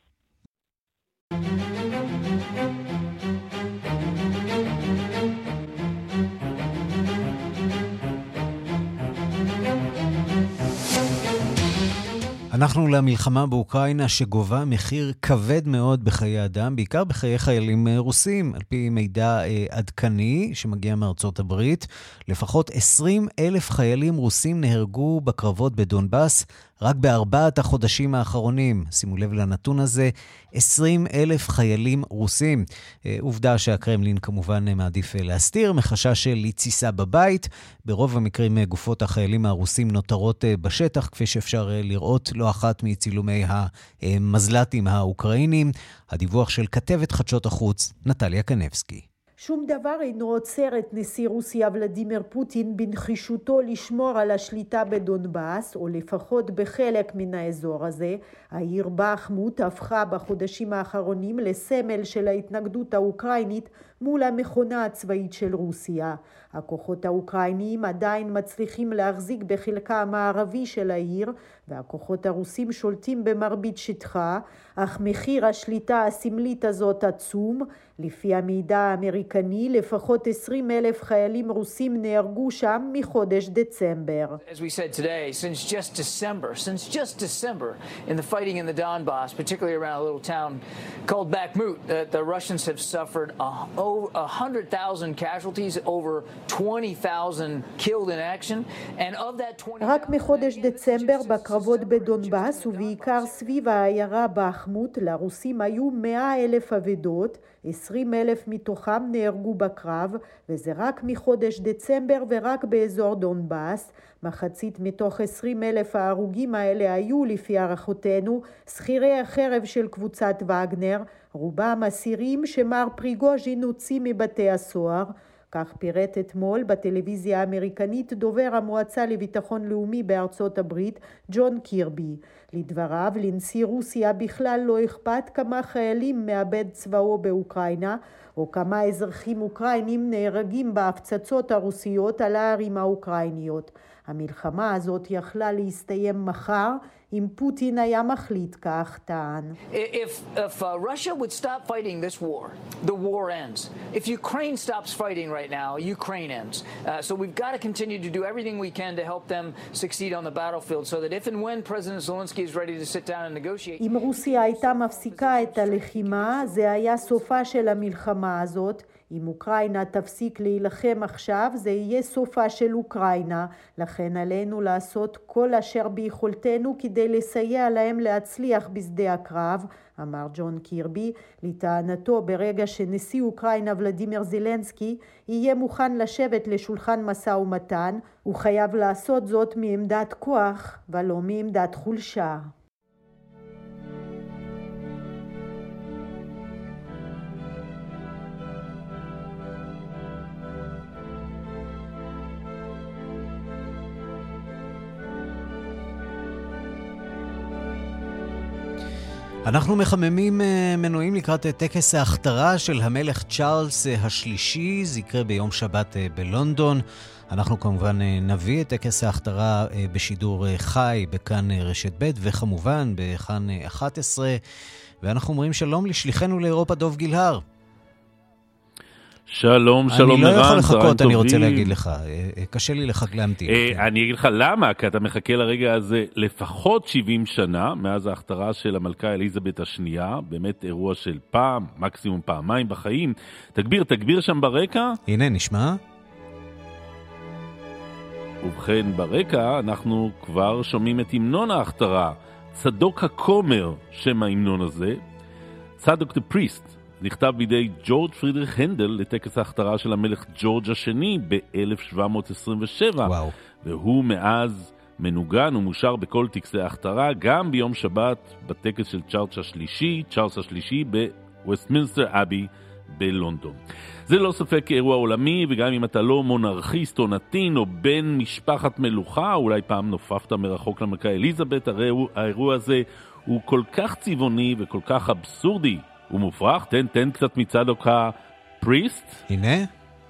אנחנו למלחמה באוקראינה שגובה מחיר כבד מאוד בחיי אדם, בעיקר בחיי חיילים רוסים. על פי מידע עדכני שמגיע מארצות הברית, לפחות עשרים אלף חיילים רוסים נהרגו בקרבות בדונבאס רק בארבעת החודשים האחרונים. שימו לב לנתון הזה, עשרים אלף חיילים רוסים. עובדה שהקרמלין כמובן מעדיף להסתיר, מחשש של לתסיסה בבית. ברוב המקרים גופות החיילים הרוסים נותרות בשטח, כפי שאפשר לראות לא אחת מצילומי המזל"טים האוקראינים. הדיווח של כתבת חדשות החוץ, נטליה קנבסקי. שום דבר אינו עוצר את נשיא רוסיה ולדימיר פוטין בנחישותו לשמור על השליטה בדונבאס, או לפחות בחלק מן האזור הזה. העיר בחמוט הפכה בחודשים האחרונים לסמל של ההתנגדות האוקראינית מול המכונה הצבאית של רוסיה. הכוחות האוקראיניים עדיין מצליחים להחזיק בחלקה המערבי של העיר, והכוחות הרוסים שולטים במרבית שטחה, אך מחיר השליטה הסמלית הזאת עצום. לפי המידע האמריקני, לפחות עשרים אלף חיילים רוסים נהרגו שם מחודש דצמבר. As we said today, since just December, since just December, in the fighting in the Donbass, particularly around a little town called Bakhmut, the, the Russians have suffered uh, over one hundred thousand casualties, over twenty thousand killed in action, and of that twenty thousand... רק מחודש דצמבר בקרבות בדונבאס ובעיקר סביב העיירה באחמות לרוסים היו מאה אלף אבדות, עשרים אלף מתוכם נהרגו בקרב, וזה רק מחודש דצמבר ורק באזור דונבאס. מחצית מתוך עשרים אלף ההרוגים האלה היו לפי הערכותינו שכירי החרב של קבוצת וגנר, רובם אסירים שמר פריגוז'ין הוציא מבתי הסוהר. כך פירט אתמול בטלוויזיה האמריקנית דובר המועצה לביטחון לאומי בארצות הברית, ג'ון קירבי. לדבריו, לנשיא רוסיה בכלל לא אכפת כמה חיילים מאבד צבאו באוקראינה, או כמה אזרחים אוקראינים נהרגים בהפצצות הרוסיות על הערים האוקראיניות. המלחמה הזאת יכלה להסתיים מחר, אם פוטין היה מחליט כך, טען. If, if uh, Russia would stop fighting this war, the war ends. If Ukraine stops fighting right now, Ukraine ends. Uh, so we've got to continue to do everything we can to help them succeed on the battlefield, so that if and when President Zelensky is ready to sit down and negotiate... אם רוסיה הייתה מפסיקה את הלחימה, זה היה סופה של המלחמה הזאת. אם אוקראינה תפסיק להילחם עכשיו, זה יהיה סופה של אוקראינה. לכן עלינו לעשות כל אשר ביכולתנו כדי לסייע להם להצליח בשדה הקרב, אמר ג'ון קירבי. לטענתו, ברגע שנשיא אוקראינה ולדימיר זלנסקי יהיה מוכן לשבת לשולחן משא ומתן, הוא חייב לעשות זאת מעמדת כוח ולא מעמדת חולשה. אנחנו מחממים מנועים לקראת טקס ההכתרה של המלך צ'ארלס השלישי, זה יקרה ביום שבת בלונדון. אנחנו כמובן נביא את טקס ההכתרה בשידור חי בכאן רשת ב' וכמובן בכאן אחת עשרה, ואנחנו אומרים שלום לשליחנו לאירופה דוב גילהר. שלום, שלום אני לא יכול לחכות, אני רוצה להגיד לך, קשה לי לך להמתין. אני אגיד לך למה, כי אתה מחכה לרגע הזה לפחות שבעים שנה, מאז ההכתרה של המלכה אליזבת השנייה, באמת אירוע של פעם, מקסימום פעמיים בחיים. תגביר, תגביר שם ברקע. הנה, נשמע. ובכן, ברקע אנחנו כבר שומעים את המנון ההכתרה, צדוק הכומר, שם ההמנון הזה, צדוק the priest. נכתב בידי ג'ורג' פרידריך הנדל לטקס ההכתרה של המלך ג'ורג' השני ב-אלף שבע מאות עשרים ושבע. וואו. והוא מאז מנוגן ומושר בכל טקסי ההכתרה, גם ביום שבת בטקס של צ'ארלס השלישי, צ'ארלס השלישי בווסטמינסטר אבי בלונדון. זה לא ספק אירוע עולמי, וגם אם אתה לא מונרכיסט או נתין או בן משפחת מלוכה, אולי פעם נופפת מרחוק למלכה אליזבת, האירוע הזה הוא כל כך צבעוני וכל כך אבסורדי ומופרח. תן, תן קצת מצדוק הפריסט. הנה.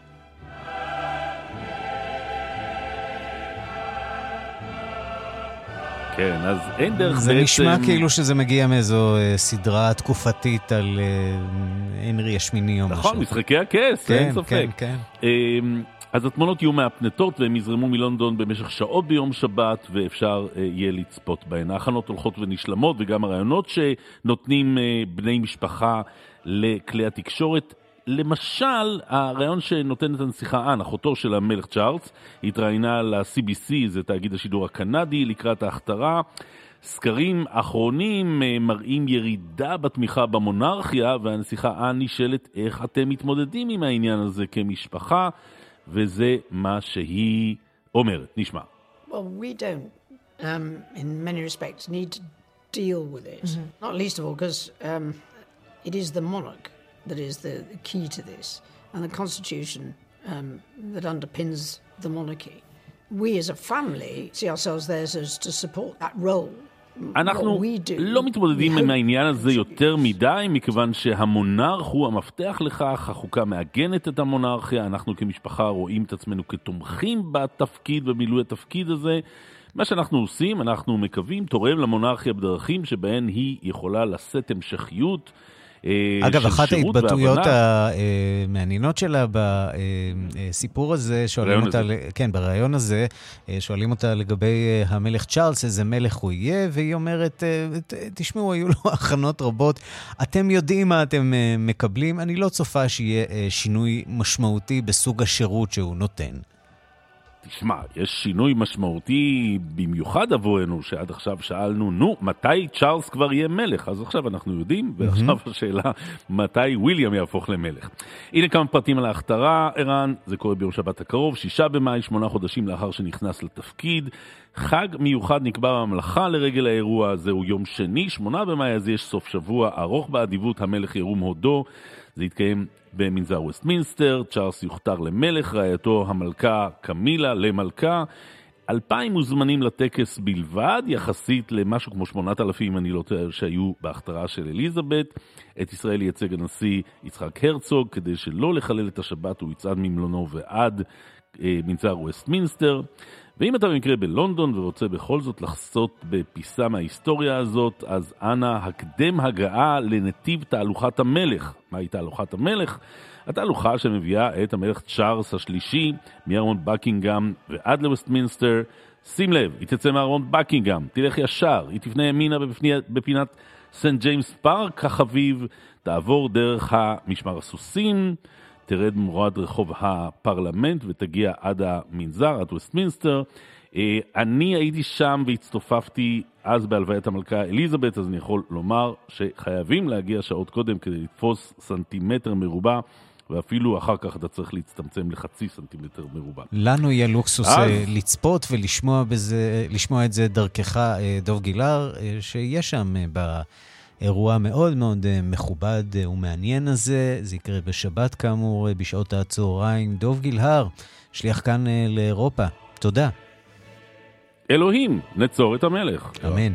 כן, אז אין דרך זה בעצם... נשמע כאילו שזה מגיע מאיזו סדרה תקופתית על הנרי השמיני או משהו. נכון, משחקי הכס, כן, אין ספק. כן, כן. אז התמונות יהיו מהפנטות והם יזרמו מלונדון במשך שעות ביום שבת, ואפשר יהיה לצפות בהן. ההכנות הולכות ונשלמות, וגם הרעיונות שנותנים בני משפחה לכלי התקשורת. למשל, הרעיון שנותנת הנסיכה אן, אחותו של המלך צ'ארלס, התראיינה ל-סי בי סי, זה תאגיד השידור הקנדי, לקראת ההכתרה. סקרים אחרונים מראים ירידה בתמיכה במונרכיה, והנסיכה אן נשאלת איך אתם מתמודדים עם העניין הזה כמשפחה, וזה מה שהיא אומרת. נשמע. Well, we don't, um, in many respects, need to deal with it. Mm-hmm. Not least of all because um, it is the monarch that is the, the key to this, and the constitution um, that underpins the monarchy. We as a family see ourselves there as to support that role. אנחנו לא מתמודדים עם העניין הזה יותר מדי, מכיוון שהמונרך הוא המפתח לכך, החוקה מעגנת את המונרכיה, אנחנו כמשפחה רואים את עצמנו כתומכים בתפקיד, במילוי התפקיד הזה. מה שאנחנו עושים, אנחנו מקווים, תורם למונרכיה בדרכים שבהן היא יכולה לשאת המשכיות, אגב, אחת ההתבטאויות המעניינות שלה בסיפור הזה, שואלים אותה, כן, ברעיון הזה, שואלים אותה לגבי המלך צ'ארלס, איזה מלך הוא יהיה, והיא אומרת, תשמעו, היו לו הכנות רבות, אתם יודעים מה אתם מקבלים, אני לא צופה שיהיה שינוי משמעותי בסוג השירות שהוא נותן. תשמע, יש שינוי משמעותי במיוחד עבורנו, שעד עכשיו שאלנו, נו, מתי צ'ארלס כבר יהיה מלך? אז עכשיו אנחנו יודעים, ועכשיו השאלה, מתי וויליאם יהפוך למלך? הנה כמה פרטים על ההכתרה, ערן, זה קורה ביום שבת הקרוב, שישה במאי, שמונה חודשים לאחר שנכנס לתפקיד. חג מיוחד נקבע בממלכה לרגל האירוע, זהו יום שני, שמונה במאי, אז יש סוף שבוע ארוך באדיבות, המלך ירום הודו, זה יתקיים במנזר וסטמינסטר, צ'ארלס יוכתר למלך, רעייתו המלכה קמילה למלכה, אלפיים מוזמנים לטקס בלבד, יחסית למשהו כמו שמונת אלפים, אני לא טועה, שהיו בהכתרה של אליזבת. את ישראל ייצג הנשיא יצחק הרצוג, כדי שלא לחלל את השבת, הוא יצעד ממלונו ועד אה, מנזר וסטמינסטר. ואם אתה במקרה בלונדון ורוצה בכל זאת לחסות בפיסה מההיסטוריה הזאת, אז אנא הקדם הגעה לנתיב תהלוכת המלך. מהי תהלוכת המלך? התהלוכה שמביאה את המלך צ'ארלס השלישי מארמון בקינגהם ועד לווסטמינסטר. שים לב, היא תצא מארמון בקינגהם, תלך ישר, היא תפנה ימינה בפינת סנט ג'יימס פארק החביב, תעבור דרך המשמר הסוסים, תרד מורד רחוב הפרלמנט ותגיע עד המנזר, עד ווסטמינסטר. אני הייתי שם והצטופפתי אז בהלוויית המלכה אליזבת, אז אני יכול לומר שחייבים להגיע שעות קודם כדי לתפוס סנטימטר מרובע, ואפילו אחר כך אתה צריך להצטמצם לחצי סנטימטר מרובע. לנו יהיה לוקסוס אז... לצפות ולשמוע בזה, לשמוע את זה דרכך, דוב גילהר, שיש שם ב... אירוע מאוד מאוד מכובד ומעניין הזה. זה יקרה בשבת כאמור, בשעות הצהריים. דוב גילהר, שליח כאן לאירופה. תודה. אלוהים, נצור את המלך. אמן.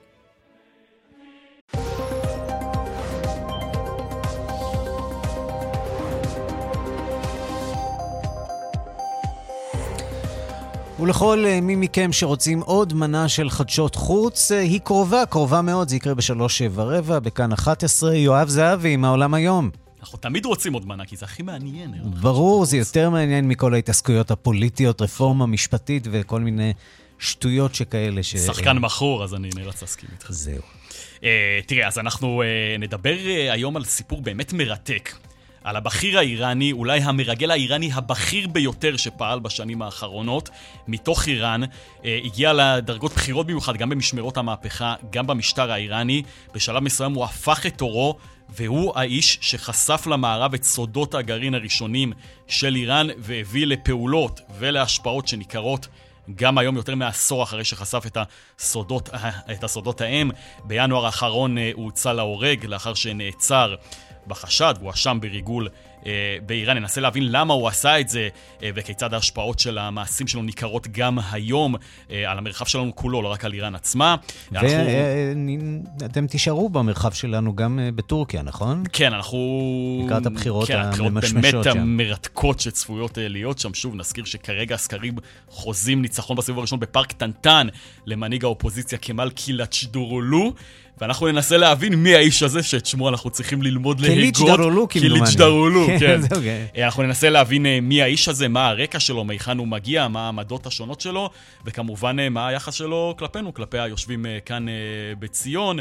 ולכל מי מכם שרוצים עוד מנה של חדשות חוץ, היא קרובה, קרובה מאוד, זה יקרה בשלוש ורבע, בכאן אחת עשרה. יואב זהבי, מהעולם היום. אנחנו תמיד רוצים עוד מנה, כי זה הכי מעניין. ברור, זה יותר מעניין מכל ההתעסקויות הפוליטיות, רפורמה משפטית וכל מיני שטויות שכאלה. ש... שחקן מחור, אז אני נרץ להסכים איתך. זהו. Uh, תראה, אז אנחנו uh, נדבר uh, היום על סיפור באמת מרתק. על הבכיר האיראני, אולי המרגל האיראני הבכיר ביותר שפעל בשנים האחרונות, מתוך איראן, אה, הגיע לדרגות בחירות במיוחד, גם במשמרות המהפכה, גם במשטר האיראני. בשלב מסוים הוא הפך את תורו, והוא האיש שחשף למערב את סודות הגרעין הראשונים של איראן, והביא לפעולות ולהשפעות שניכרות גם היום יותר מעשור אחרי שחשף את הסודות, את הסודות ההם. בינואר האחרון הוא הוצא להורג לאחר שנעצר בחשד, והוא אשם בריגול אה, באיראן. ננסה להבין למה הוא עשה את זה, אה, וכיצד ההשפעות של המעשים שלו ניכרות גם היום אה, על המרחב שלנו כולו, לא רק על איראן עצמה. ואתם אנחנו... תישארו במרחב שלנו גם אה, בטורקיה, נכון? כן, אנחנו... לקראת הבחירות כן, הממשמשות באמת שם. המרתקות שצפויות אה, להיות שם. שוב, נזכיר שכרגע הסקרים חוזים ניצחון בסיבוב הראשון בפארק טנטן למנהיג האופוזיציה כמאל קילצ'דורולו, ואנחנו ננסה להבין מי האיש הזה שאת שמו אנחנו צריכים ללמוד להיגות. קיליצ'דורולו, קיליצ'דורולו, כן. okay. אנחנו ננסה להבין מי האיש הזה, מה הרקע שלו, מהיכן הוא מגיע, מה העמדות השונות שלו, וכמובן מה היחס שלו כלפינו, כלפי היושבים כאן בציון.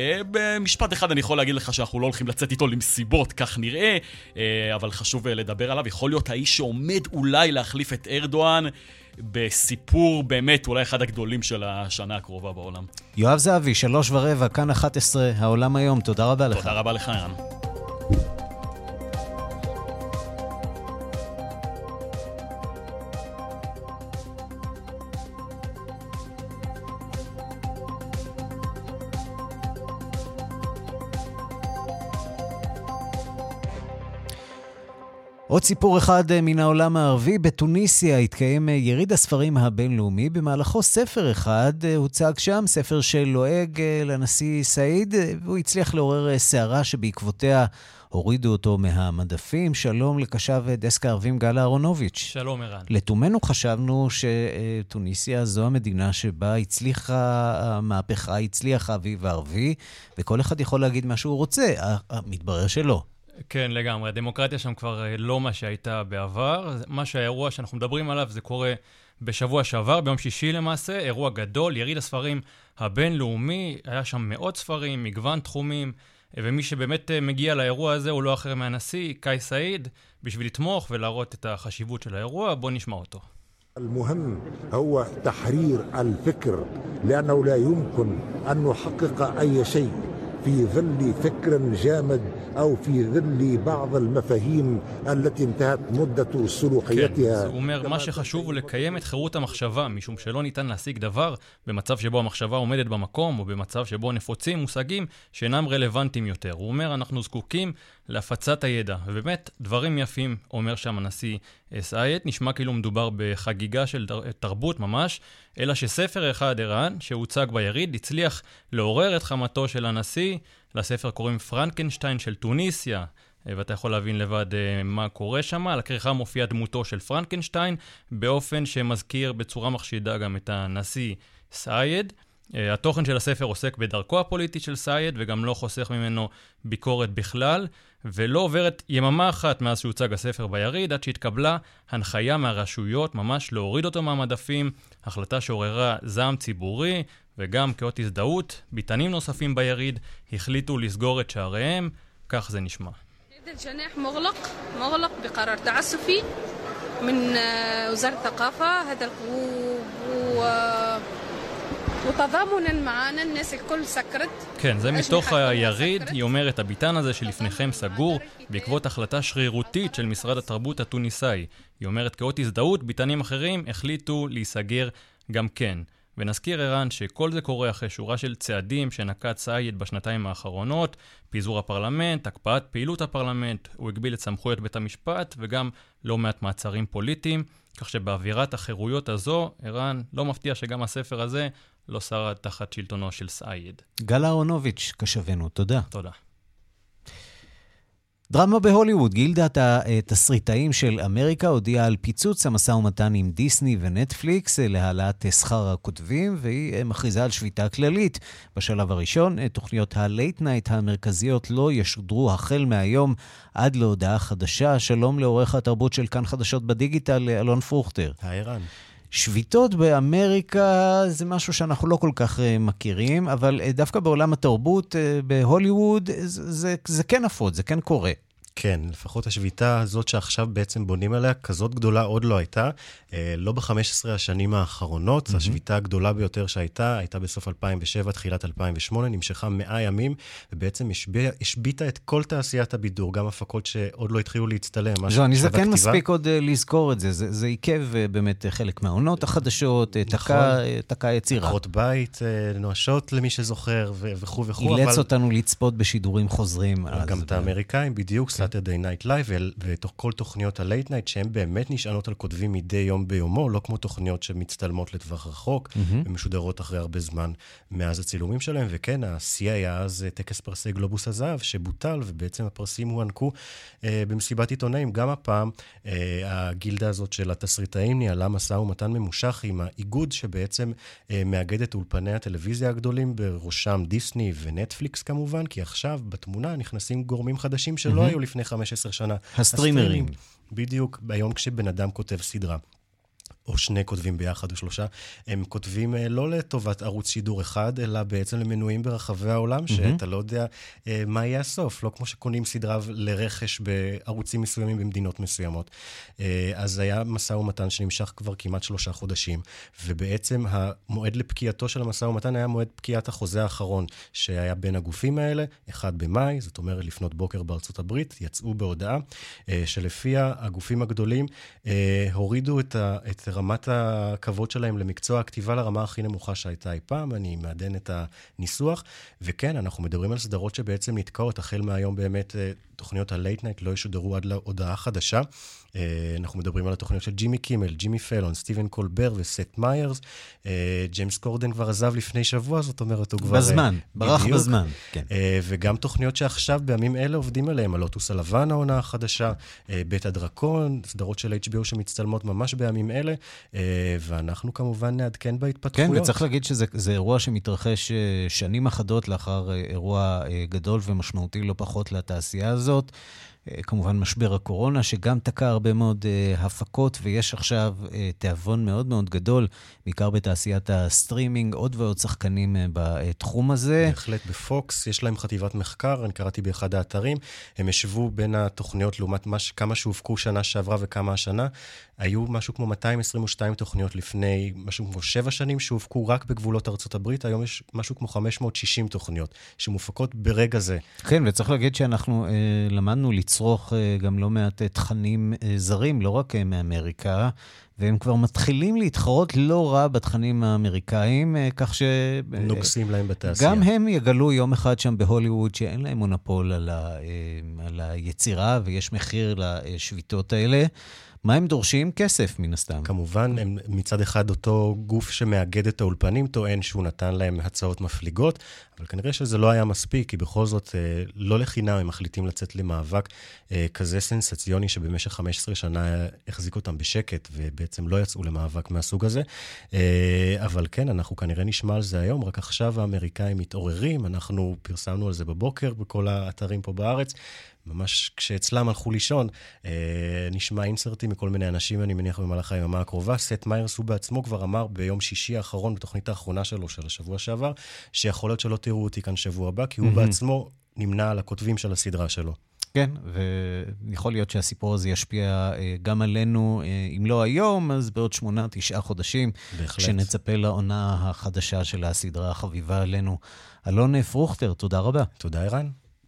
במשפט אחד אני יכול להגיד לך שאנחנו לא הולכים לצאת איתו למסיבות, כך נראה, אבל חשוב לדבר עליו. יכול להיות האיש שעומד אולי להחליף את ארדואן, בסיפור באמת אולי אחד הגדולים של השנה הקרובה בעולם. יואב זהבי, שלוש ורבע, כאן אחת עשרה, העולם היום. תודה רבה לך. תודה רבה לך, ערן. עוד סיפור אחד מן העולם הערבי, בתוניסיה התקיים יריד הספרים הבינלאומי, במהלכו ספר אחד הוצג שם, ספר של לועג לנשיא סעיד, והוא הצליח לעורר סערה שבעקבותיה הורידו אותו מהמדפים. שלום לקשב דסק הערבים גל אהרונוביץ'. שלום ערן. לתומנו חשבנו שטוניסיה זו המדינה שבה הצליחה המהפכה, הצליח האביב הערבי, וכל אחד יכול להגיד מה שהוא רוצה. מתברר שלא. כן, לגמרי. הדמוקרטיה שם כבר לא מה שהייתה בעבר. מה שהאירוע שאנחנו מדברים עליו זה קורה בשבוע שעבר, ביום שישי למעשה, אירוע גדול, יריד הספרים הבינלאומי, היה שם מאות ספרים, מגוון תחומים, ומי שבאמת מגיע לאירוע הזה הוא לא אחר מהנשיא, קאי סעיד, בשביל לתמוך ולהראות את החשיבות של האירוע. בוא נשמע אותו. المهم هو تحرير الفكر لأنه لا يمكن أن نحقق أي شيء في ظل فكر جامد أو في ظل بعض المفاهيم التي انتهت مدة صلاحيتها. הוא אומר, מה שחשוב הוא לקיים את חירות המחשבה, משום שלא ניתן להשיג דבר במצב שבו המחשבה עומדת במקום, או במצב שבו נפוצים מושגים שאינם רלוונטיים יותר. הוא אומר, אנחנו זקוקים להפצת הידע. ובאמת, דברים יפים, אומר שם הנשיא סעיד, נשמע כאילו מדובר בחגיגה של תרבות ממש, אלא שספר אחד, ערן, שהוצג ביריד, הצליח לעורר את חמתו של הנשיא. לספר קוראים פרנקנשטיין של טוניסיה, ואתה יכול להבין לבד מה קורה שם. על הכריכה מופיעה דמותו של פרנקנשטיין, באופן שמזכיר בצורה מחשידה גם את הנשיא סעיד. התוכן של הספר עוסק בדרכו הפוליטית של סעיד, וגם לא חוסך ממנו ביקורת בכלל, ולא עוברת יממה אחת מאז שהוצג הספר ביריד, עד שהתקבלה הנחיה מהרשויות ממש להוריד אותו מהמדפים, החלטה שעוררה זעם ציבורי, וגם כאות הזדהות, ביטנים נוספים ביריד החליטו לסגור את שעריהם, כך זה נשמע. الجناح مغلق مغلق بقرار تعسفي من وزارة الثقافة هذا وتضامنا معنا الناس الكل سكرت. כן, זה מתוך היריד. היא אומרת, הביטן הזה שלפניכם סגור בעקבות החלטה שרירותית של משרד התרבות הטוניסאי. היא אומרת, כאות הזדהות, ביטנים אחרים החליטו להיסגר גם כן. ונזכיר ערן שכל זה קורה אחרי שורה של צעדים שנקט סעיד בשנתיים האחרונות, פיזור הפרלמנט, הקפאת פעילות הפרלמנט, הוא הגביל את סמכויות בית המשפט וגם לא מעט מעצרים פוליטיים, כך שבאווירת החירויות הזו, ערן, לא מפתיע שגם הספר הזה לא שרד תחת שלטונו של סעיד. גל אהרונוביץ', קשבנו, תודה. תודה. דרמה בהוליווד, גילדת התסריטאים של אמריקה הודיעה על פיצוץ המשא ומתן עם דיסני ונטפליקס להעלאת שכר הכותבים, והיא מכריזה על שביתה כללית. בשלב הראשון, תוכניות הלייט נייט המרכזיות לא ישודרו החל מהיום עד להודעה חדשה. שלום לעורך התרבות של כאן חדשות בדיגיטל, אלון פרוכטר. היי רן. שביתות באמריקה זה משהו שאנחנו לא כל כך מכירים, אבל דווקא בעולם התרבות בהוליווד זה, זה, זה כן נפוץ, זה כן קורה. כן, לפחות השביתה הזאת שעכשיו בעצם בונים עליה, כזאת גדולה עוד לא הייתה, לא ב-חמש עשרה השנים האחרונות, mm-hmm. השביתה הגדולה ביותר שהייתה, הייתה בסוף אלפיים ושבע, תחילת אלפיים ושמונה, נמשכה מאה ימים, ובעצם השביע, השביתה את כל תעשיית הבידור, גם הפקות שעוד לא התחילו להצטלם. זו, אני זה כן מספיק עוד לזכור את זה, זה, זה עיכב באמת חלק מהעונות החדשות, נכון. תקע יצירה. עקרות בית, נואשות למי שזוכר, וכו' וכו'. אילץ אבל... אותנו לצפות בשידורים חוזרים. גם את האמריקאים, בדיוק, Saturday Night Live, ותוך כל תוכניות ה-Late Night, שהן באמת נשענות על כותבים מדי יום ביומו, לא כמו תוכניות שמצטלמות לטווח רחוק, mm-hmm. ומשודרות אחרי הרבה זמן מאז הצילומים שלהם, וכן, ה-סי היה אז טקס פרסי גלובוס הזהב, שבוטל, ובעצם הפרסים הוענקו אה, במסיבת עיתונאים. גם הפעם, אה, הגילדה הזאת של התסריטאים ניהלה משא ומתן ממושך עם האיגוד, שבעצם אה, מאגד את אולפני הטלוויזיה הגדולים, בראשם דיסני ונטפליקס כמובן, כי עכשיו בתמונה נכנסים גורמים חדשים שלא mm-hmm. היו לפני חמש עשרה שנה. הסטרימרים. בדיוק, ביום כשבן אדם כותב סדרה, או שני כותבים ביחד או שלושה, הם כותבים לא לטובת ערוץ שידור אחד, אלא בעצם למנויים ברחבי העולם, mm-hmm. שאתה לא יודע מה יהיה הסוף, לא כמו שקונים סדרה לרכש בערוצים מסוימים במדינות מסוימות. אז היה משא ומתן שנמשך כבר כמעט שלושה חודשים, ובעצם המועד לפקיעתו של המשא ומתן היה מועד פקיעת החוזה האחרון, שהיה בין הגופים האלה, אחד במאי, זאת אומרת לפנות בוקר בארצות הברית, יצאו בהודעה, שלפיה הגופים הגדולים הורידו את ה... את רמת הכבוד שלהם למקצוע הכתיבה לרמה הכי נמוכה שהייתה אי פעם, אני מעדן את הניסוח, וכן, אנחנו מדברים על סדרות שבעצם נתקעות, החל מהיום באמת תוכניות הלייט נייט לא ישודרו עד להודעה חדשה. אנחנו מדברים על התוכניות של ג'ימי קימל, ג'ימי פלון, סטיבן קולבר וסט מיירס. ג'יימס קורדן כבר עזב לפני שבוע, זאת אומרת, הוא כבר... בזמן, ברח בזמן, כן. וגם תוכניות שעכשיו בימים אלה עובדים עליהם, הלוטוס הלבן העונה החדשה, בית הדרקון, סדרות של אייץ' בי או שמצטלמות ממש בימים אלה, ואנחנו כמובן נעדכן בהתפתחויות. כן, וצריך להגיד שזה אירוע שמתרחש שנים אחדות לאחר אירוע גדול ומשמעותי לא פחות לתעשייה הזאת. כמובן משבר הקורונה, שגם תקע הרבה מאוד uh, הפקות, ויש עכשיו uh, תיאבון מאוד מאוד גדול, בעיקר בתעשיית הסטרימינג, עוד ועוד שחקנים uh, בתחום הזה. בהחלט, בפוקס יש להם חטיבת מחקר, אני קראתי באחד האתרים, הם ישבו בין התוכניות לעומת מש, כמה שהופקו שנה שעברה וכמה השנה, היו משהו כמו מאתיים עשרים ושתיים תוכניות לפני, משהו כמו שבע שנים שהופקו רק בגבולות ארצות הברית, היום יש משהו כמו חמש מאות ושישים תוכניות שמופקות ברגע זה. כן, וצריך להגיד שאנחנו uh, למדנו לצרוך uh, גם לא מעט תכנים uh, זרים, לא רק uh, מאמריקה, והם כבר מתחילים להתחרות לא רע בתכנים האמריקאים, uh, כך ש... נוגסים להם בתעשייה. גם הם יגלו יום אחד שם בהוליווד שאין להם מונופול על, ה, uh, על היצירה, ויש מחיר לשביתות האלה. מה הם דורשים? כסף, מן הסתם. כמובן, הם מצד אחד אותו גוף שמאגד את האולפנים, טוען שהוא נתן להם הצעות מפליגות, אבל כנראה שזה לא היה מספיק, כי בכל זאת, לא לחינם הם מחליטים לצאת למאבק כזה סנסציוני, שבמשך חמש עשרה שנה החזיק אותם בשקט, ובעצם לא יצאו למאבק מהסוג הזה. אבל כן, אנחנו כנראה נשמע על זה היום, רק עכשיו האמריקאים מתעוררים, אנחנו פרסמנו על זה בבוקר, בכל האתרים פה בארץ, ממש כשאצלם הלכו לישון, אה, נשמע אינסרטים מכל מיני אנשים, אני מניח במהלך היממה הקרובה. סט מיירס הוא בעצמו כבר אמר ביום שישי האחרון, בתוכנית האחרונה שלו, של השבוע שעבר, שיכול להיות שלא תראו אותי כאן שבוע הבא, כי הוא בעצמו נמנע על הכותבים של הסדרה שלו. כן, ויכול להיות שהסיפור הזה ישפיע גם עלינו, אם לא היום, אז בעוד שמונה, תשעה חודשים, בהחלט. שנצפה לעונה החדשה של הסדרה החביבה עלינו. אלון פרוכטר, תודה רבה. תודה, ערן.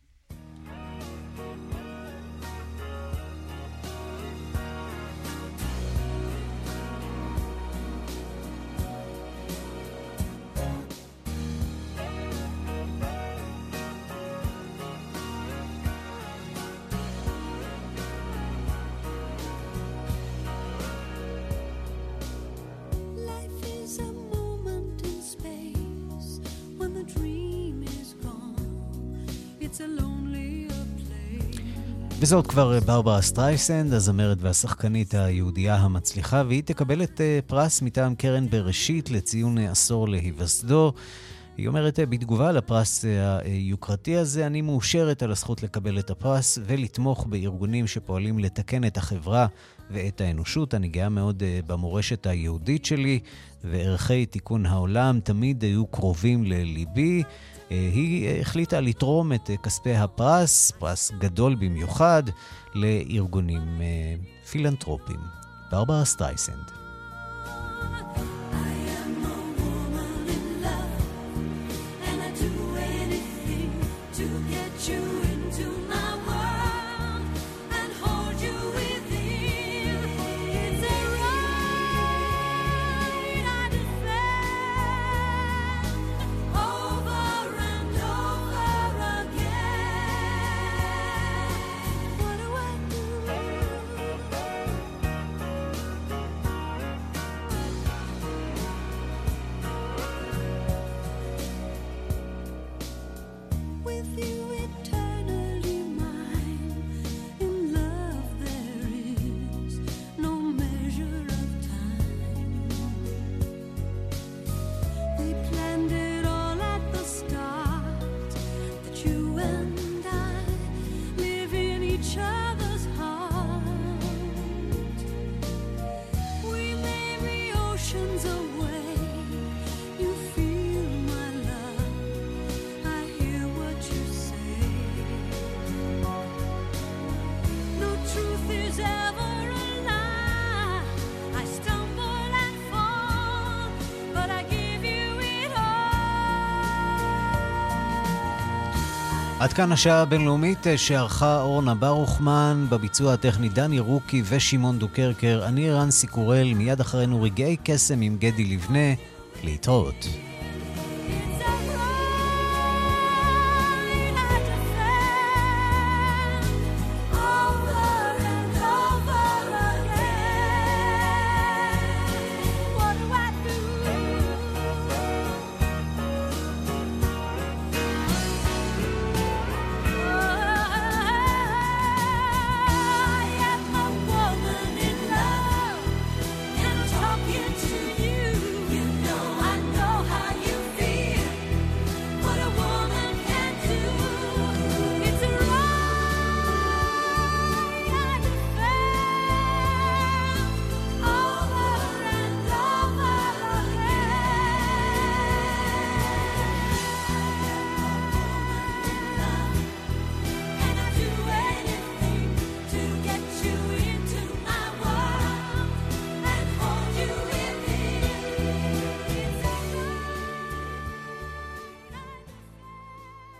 וזאת כבר ברברה סטרייסנד, הזמרת והשחקנית היהודייה המצליחה, והיא תקבל את פרס מטעם קרן בראשית לציון עשור להיווסדו. היא אומרת בתגובה לפרס היוקרתי הזה, אני מאושרת על הזכות לקבל את הפרס ולתמוך בארגונים שפועלים לתקן את החברה ואת האנושות. אני גאה מאוד במורשת היהודית שלי, וערכי תיקון העולם תמיד היו קרובים לליבי. היא החליטה לתרום את כספי הפרס, פרס גדול במיוחד, לארגונים פילנטרופיים. ברברה סטרייסנד. עד כאן השעה הבינלאומית שערכה אורנה ברוכמן, בביצוע הטכני דני רוקי ושימון דוקרקר. אני ערן סיקורל, מיד אחרינו רגעי קסם עם גדי לבנה. להתראות.